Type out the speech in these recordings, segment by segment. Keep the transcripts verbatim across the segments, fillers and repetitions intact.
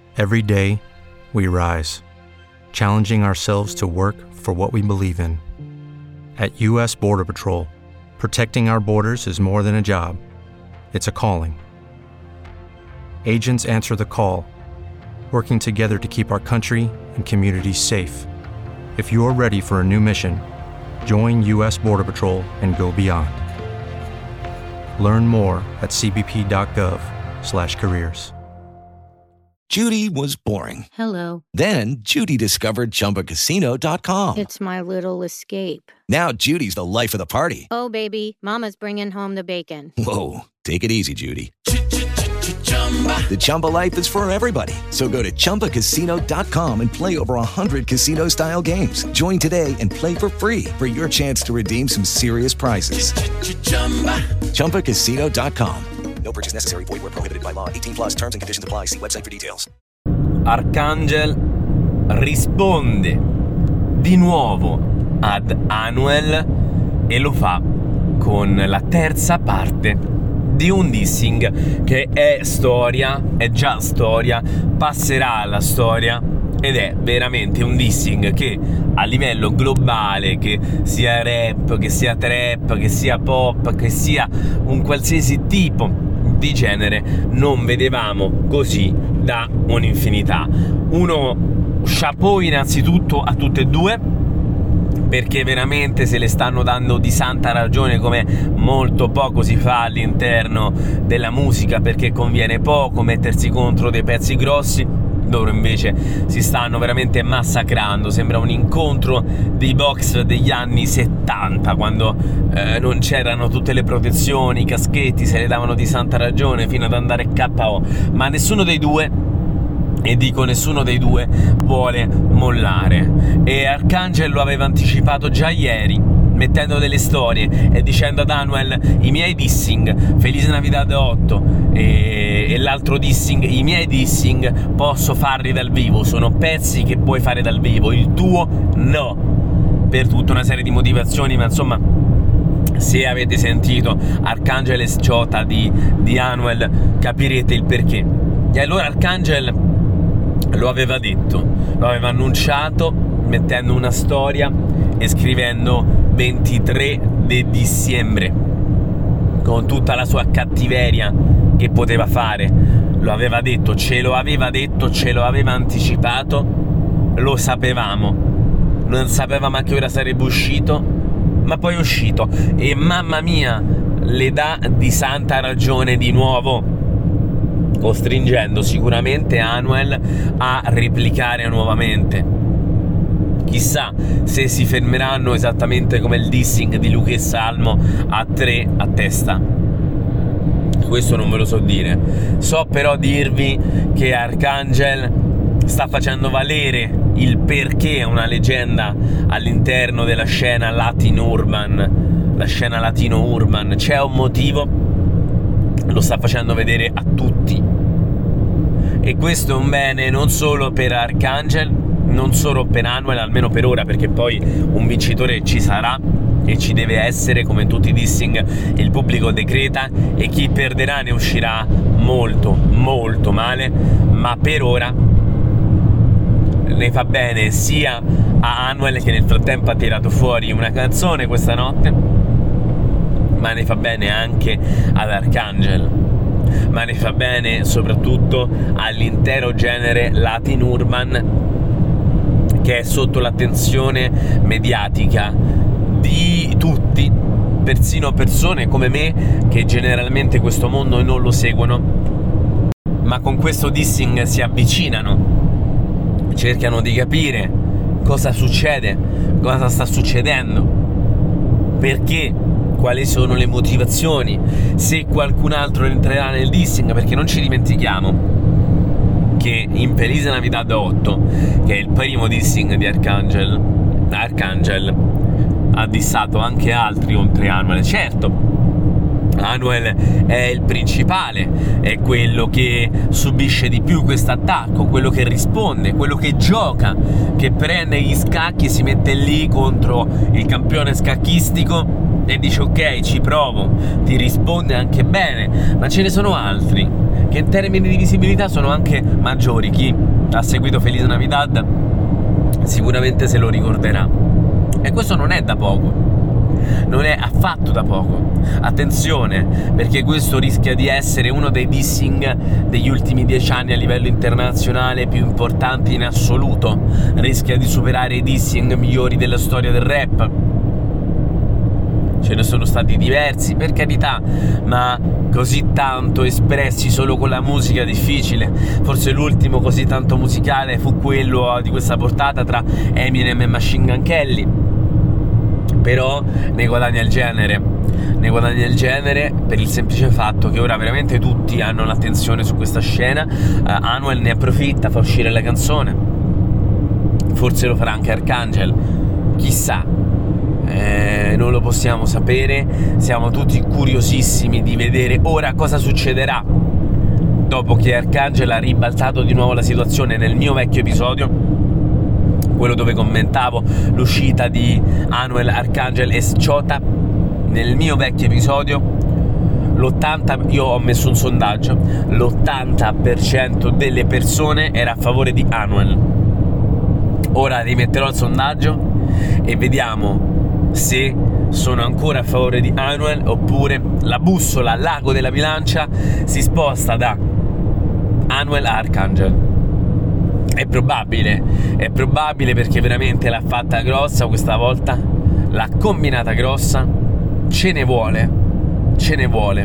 Every day, we rise, challenging ourselves to work for what we believe in. At U S Border Patrol, protecting our borders is more than a job. It's a calling. Agents answer the call, working together to keep our country and communities safe. If you're ready for a new mission, join U S Border Patrol and go beyond. Learn more at c b p dot gov slash careers. Judy was boring. Hello. Then Judy discovered Chumba Casino dot com. It's my little escape. Now Judy's the life of the party. Oh, baby, mama's bringing home the bacon. Whoa, take it easy, Judy. The Chumba life is for everybody. So go to Chumba Casino dot com and play over one hundred casino-style games. Join today and play for free for your chance to redeem some serious prizes. Chumba Casino dot com. No purchase necessary. Void where prohibited by law. eighteen plus terms and conditions apply. See website for details. Arcangel risponde di nuovo ad Anuel e lo fa con la terza parte di un dissing che è storia, è già storia, passerà alla storia ed è veramente un dissing che a livello globale, che sia rap, che sia trap, che sia pop, che sia un qualsiasi tipo di genere, non vedevamo così da un'infinità. Uno chapeau innanzitutto a tutte e due, perché veramente se le stanno dando di santa ragione, come molto poco si fa all'interno della musica, perché conviene poco mettersi contro dei pezzi grossi. Loro invece si stanno veramente massacrando. Sembra un incontro dei box degli anni settanta, quando eh, non c'erano tutte le protezioni, i caschetti, se le davano di santa ragione fino ad andare K O. Ma nessuno dei due, e dico nessuno dei due, vuole mollare. E Arcangel lo aveva anticipato già ieri, mettendo delle storie e dicendo ad Anuel: i miei dissing Feliz Navidad otto e, e l'altro dissing, i miei dissing posso farli dal vivo, sono pezzi che puoi fare dal vivo, il tuo no, per tutta una serie di motivazioni. Ma insomma, se avete sentito Arcangel e Sciota di, di Anuel capirete il perché. E allora Arcangel lo aveva detto, lo aveva annunciato mettendo una storia e scrivendo ventitré di dicembre, con tutta la sua cattiveria che poteva fare. Lo aveva detto, ce lo aveva detto, ce lo aveva anticipato, lo sapevamo, non sapevamo a che ora sarebbe uscito, ma poi è uscito e mamma mia le dà di santa ragione di nuovo, costringendo sicuramente Anuel a replicare nuovamente. Chissà se si fermeranno esattamente come il dissing di Luca e Salmo a tre a testa. Questo non ve lo so dire. So però dirvi che Arcangel sta facendo valere il perché è una leggenda all'interno della scena latino urban, la scena latino urban. C'è un motivo, lo sta facendo vedere a tutti, e questo è un bene non solo per Arcangel, non solo per Anuel, almeno per ora, perché poi un vincitore ci sarà e ci deve essere, come in tutti i dissing il pubblico decreta, e chi perderà ne uscirà molto molto male, ma per ora ne fa bene sia a Anuel, che nel frattempo ha tirato fuori una canzone questa notte, ma ne fa bene anche ad Arcangel, ma ne fa bene soprattutto all'intero genere Latin Urban, che è sotto l'attenzione mediatica di tutti, persino persone come me che generalmente questo mondo non lo seguono, ma con questo dissing si avvicinano, cercano di capire cosa succede, cosa sta succedendo, perché, quali sono le motivazioni, se qualcun altro entrerà nel dissing, perché non ci dimentichiamo che in Feliz Navidad otto, che è il primo dissing di Arcangel, Arcangel ha dissato anche altri oltre Anuel. Certo, Anuel è il principale, è quello che subisce di più questo attacco, quello che risponde, quello che gioca, che prende gli scacchi e si mette lì contro il campione scacchistico e dice ok, ci provo, ti risponde anche bene. Ma ce ne sono altri che in termini di visibilità sono anche maggiori. Chi ha seguito Feliz Navidad sicuramente se lo ricorderà, e questo non è da poco, non è affatto da poco. Attenzione, perché questo rischia di essere uno dei dissing degli ultimi dieci anni a livello internazionale più importanti in assoluto, rischia di superare i dissing migliori della storia del rap. Ce ne sono stati diversi, per carità, ma così tanto espressi solo con la musica difficile. Forse l'ultimo così tanto musicale fu quello di questa portata tra Eminem e Machine Gun Kelly, però ne guadagna il genere, ne guadagna il genere per il semplice fatto che ora veramente tutti hanno l'attenzione su questa scena. uh, Anuel ne approfitta, fa uscire la canzone, forse lo farà anche Arcangel, chissà. Eh, non lo possiamo sapere, siamo tutti curiosissimi di vedere ora cosa succederà dopo che Arcangel ha ribaltato di nuovo la situazione. Nel mio vecchio episodio, quello dove commentavo l'uscita di Anuel, Arcangel e Sciota, nel mio vecchio episodio l'ottanta io ho messo un sondaggio, l'ottanta per cento delle persone era a favore di Anuel. Ora rimetterò il sondaggio e vediamo se sono ancora a favore di Anuel oppure la bussola, l'ago della bilancia si sposta da Anuel a Arcangel. È probabile, è probabile perché veramente l'ha fatta grossa questa volta, l'ha combinata grossa, ce ne vuole, ce ne vuole.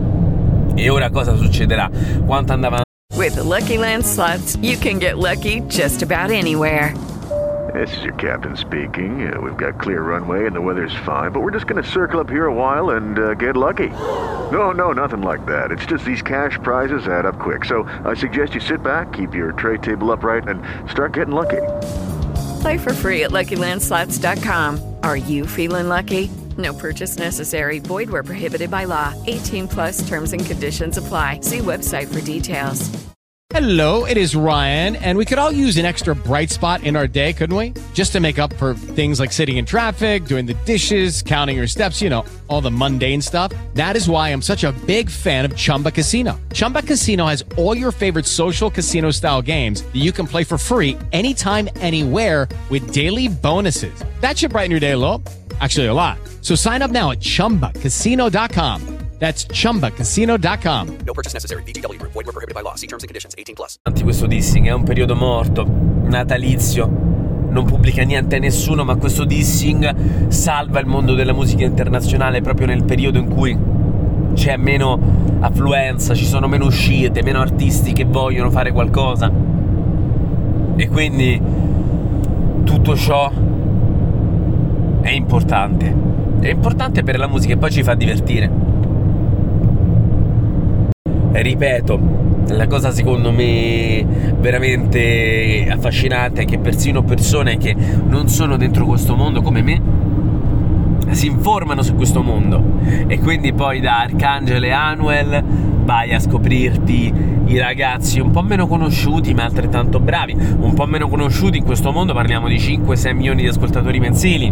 E ora cosa succederà? Quanto andava? With the Lucky Land Slots, you can get lucky just about anywhere. This is your captain speaking. Uh, we've got clear runway and the weather's fine, but we're just going to circle up here a while and uh, get lucky. No, no, nothing like that. It's just these cash prizes add up quick. So I suggest you sit back, keep your tray table upright, and start getting lucky. Play for free at Lucky Land Slots dot com. Are you feeling lucky? No purchase necessary. Void where prohibited by law. eighteen plus terms and conditions apply. See website for details. Hello, it is Ryan, and we could all use an extra bright spot in our day, couldn't we? Just to make up for things like sitting in traffic, doing the dishes, counting your steps, you know, all the mundane stuff. That is why I'm such a big fan of Chumba Casino. Chumba Casino has all your favorite social casino-style games that you can play for free anytime, anywhere with daily bonuses. That should brighten your day a little. Actually, a lot. So sign up now at chumba casino dot com. That's chumba casino dot com. No purchase necessary. V G W Group. Void where prohibited by law. See terms and conditions. eighteen plus. Questo dissing è un periodo morto, natalizio, non pubblica niente nessuno, ma questo dissing salva il mondo della musica internazionale proprio nel periodo in cui c'è meno affluenza, ci sono meno uscite, meno artisti che vogliono fare qualcosa, e quindi tutto ciò è importante, è importante per la musica e poi ci fa divertire. Ripeto, la cosa secondo me veramente affascinante è che persino persone che non sono dentro questo mondo come me si informano su questo mondo, e quindi poi da Arcangel e Anuel vai a scoprirti i ragazzi un po' meno conosciuti ma altrettanto bravi. Un po' meno conosciuti in questo mondo, parliamo di cinque sei milioni di ascoltatori mensili,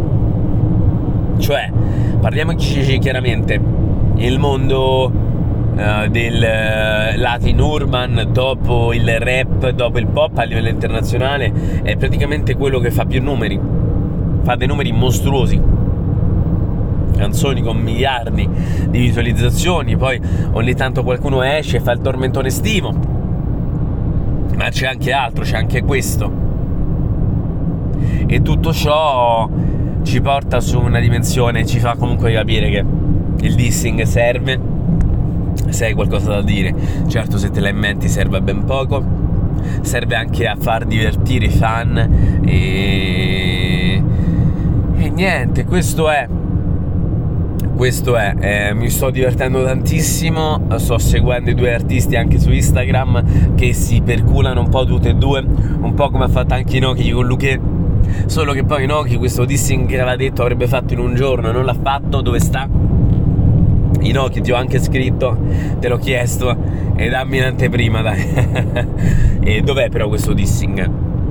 cioè parliamoci chiaramente, il mondo Uh, del uh, Latin Urban dopo il rap, dopo il pop a livello internazionale è praticamente quello che fa più numeri, fa dei numeri mostruosi, canzoni con miliardi di visualizzazioni. Poi ogni tanto qualcuno esce e fa il tormentone estivo, ma c'è anche altro, c'è anche questo, e tutto ciò ci porta su una dimensione, ci fa comunque capire che il dissing serve se hai qualcosa da dire. Certo, se te la inventi serve a ben poco, serve anche a far divertire i fan, e, e niente, questo è questo è eh, mi sto divertendo tantissimo, sto seguendo i due artisti anche su Instagram che si perculano un po' tutti e due, un po' come ha fatto anche Inoki con Luché, solo che poi Inoki questo dissing che aveva detto avrebbe fatto in un giorno e non l'ha fatto. Dove sta? Inoki, ti ho anche scritto, te l'ho chiesto, e dammi un'anteprima, dai. E dov'è però questo dissing?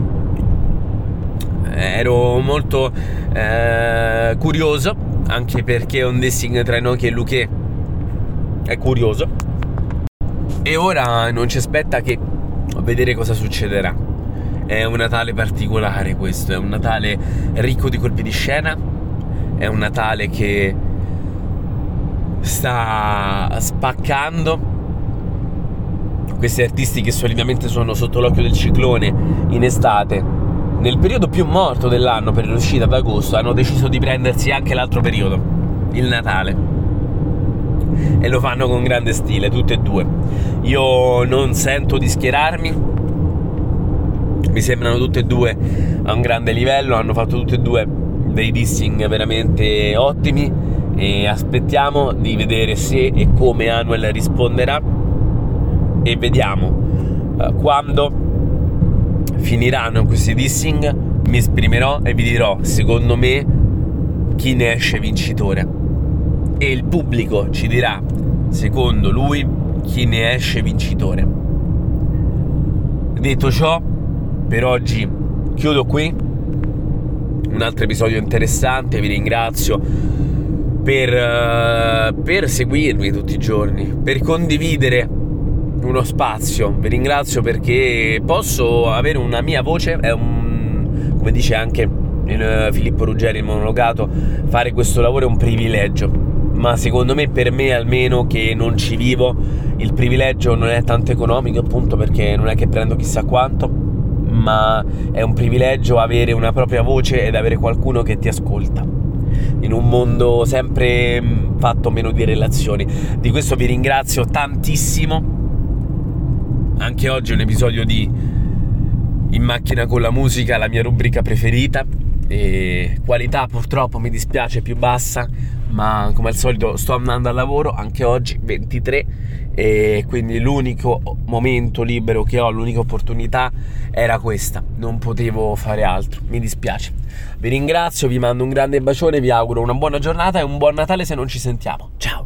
Ero molto eh, curioso, anche perché un dissing tra Inoki e Luché è curioso. E ora non ci aspetta che vedere cosa succederà. È un Natale particolare questo, è un Natale ricco di colpi di scena, è un Natale che sta spaccando. Questi artisti che solitamente sono sotto l'occhio del ciclone in estate, nel periodo più morto dell'anno per l'uscita ad agosto, hanno deciso di prendersi anche l'altro periodo, il Natale, e lo fanno con grande stile, tutte e due. Io non sento di schierarmi, mi sembrano tutte e due a un grande livello, hanno fatto tutte e due dei dissing veramente ottimi e aspettiamo di vedere se e come Anuel risponderà e vediamo uh, quando finiranno questi dissing. Mi esprimerò e vi dirò secondo me chi ne esce vincitore e il pubblico ci dirà secondo lui chi ne esce vincitore. Detto ciò, per oggi chiudo qui. Un altro episodio interessante, vi ringrazio per, uh, per seguirmi tutti i giorni, per condividere uno spazio. Vi ringrazio perché posso avere una mia voce, è un, come dice anche il Filippo Ruggeri, il monologato, fare questo lavoro è un privilegio, ma secondo me, per me almeno che non ci vivo, il privilegio non è tanto economico, appunto perché non è che prendo chissà quanto, ma è un privilegio avere una propria voce ed avere qualcuno che ti ascolta in un mondo sempre fatto meno di relazioni. Di questo vi ringrazio tantissimo. Anche oggi è un episodio di In macchina con la musica, la mia rubrica preferita, e qualità purtroppo mi dispiace più bassa, ma come al solito sto andando al lavoro anche oggi ventitré, e quindi l'unico momento libero che ho, l'unica opportunità era questa, non potevo fare altro, mi dispiace. Vi ringrazio, vi mando un grande bacione, vi auguro una buona giornata e un buon Natale se non ci sentiamo. Ciao.